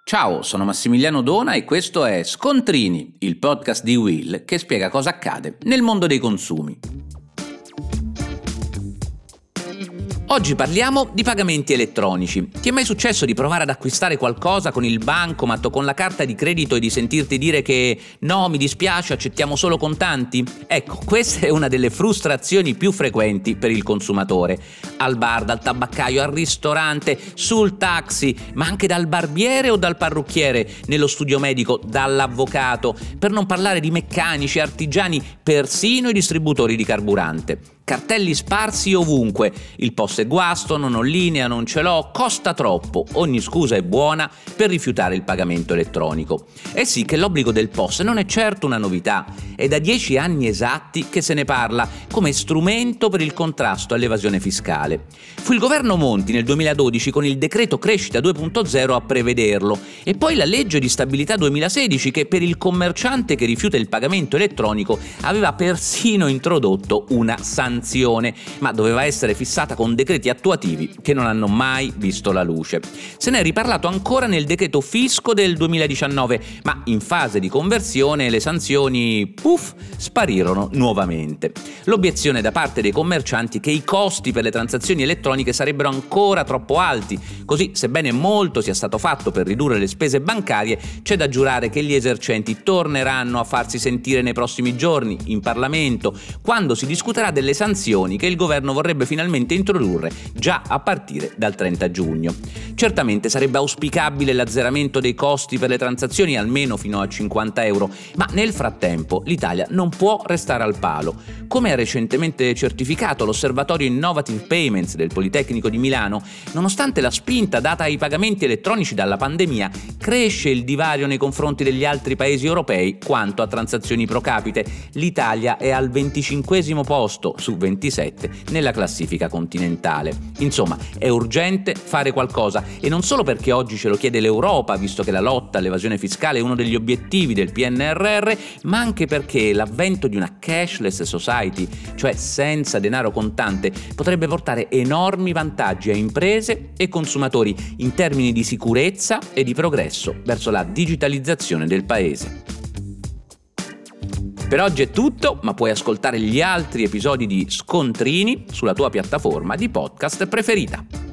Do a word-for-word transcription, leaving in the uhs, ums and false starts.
Ciao, sono Massimiliano Dona e questo è Scontrini, il podcast di Will che spiega cosa accade nel mondo dei consumi. Oggi parliamo di pagamenti elettronici. Ti è mai successo di provare ad acquistare qualcosa con il bancomat o con la carta di credito e di sentirti dire che no, mi dispiace, accettiamo solo contanti? Ecco, questa è una delle frustrazioni più frequenti per il consumatore. Al bar, dal tabaccaio, al ristorante, sul taxi, ma anche dal barbiere o dal parrucchiere, nello studio medico, dall'avvocato, per non parlare di meccanici, artigiani, persino i distributori di carburante. Cartelli sparsi ovunque, il P O S è guasto, non ho linea, non ce l'ho, costa troppo, ogni scusa è buona per rifiutare il pagamento elettronico. E sì che l'obbligo del P O S non è certo una novità, è da dieci anni esatti che se ne parla come strumento per il contrasto all'evasione fiscale. Fu il governo Monti nel duemiladodici con il decreto crescita due punto zero a prevederlo e poi la legge di stabilità duemilasedici che per il commerciante che rifiuta il pagamento elettronico aveva persino introdotto una sanzione. Ma doveva essere fissata con decreti attuativi che non hanno mai visto la luce. Se ne è riparlato ancora nel decreto fisco del duemiladiciannove, ma in fase di conversione le sanzioni, puff, sparirono nuovamente. L'obiezione da parte dei commercianti che i costi per le transazioni elettroniche sarebbero ancora troppo alti, così sebbene molto sia stato fatto per ridurre le spese bancarie, c'è da giurare che gli esercenti torneranno a farsi sentire nei prossimi giorni in Parlamento, quando si discuterà delle sanzioni che il governo vorrebbe finalmente introdurre già a partire dal trenta giugno. Certamente sarebbe auspicabile l'azzeramento dei costi per le transazioni almeno fino a cinquanta euro, ma nel frattempo l'Italia non può restare al palo. Come ha recentemente certificato l'Osservatorio Innovative Payments del Politecnico di Milano, nonostante la spinta data ai pagamenti elettronici dalla pandemia, cresce il divario nei confronti degli altri paesi europei quanto a transazioni pro capite. L'Italia è al venticinquesimo posto su ventisette nella classifica continentale. Insomma, è urgente fare qualcosa e non solo perché oggi ce lo chiede l'Europa, visto che la lotta all'evasione fiscale è uno degli obiettivi del P N R R, ma anche perché l'avvento di una cashless society, cioè senza denaro contante, potrebbe portare enormi vantaggi a imprese e consumatori in termini di sicurezza e di progresso verso la digitalizzazione del paese. Per oggi è tutto, ma puoi ascoltare gli altri episodi di Scontrini sulla tua piattaforma di podcast preferita.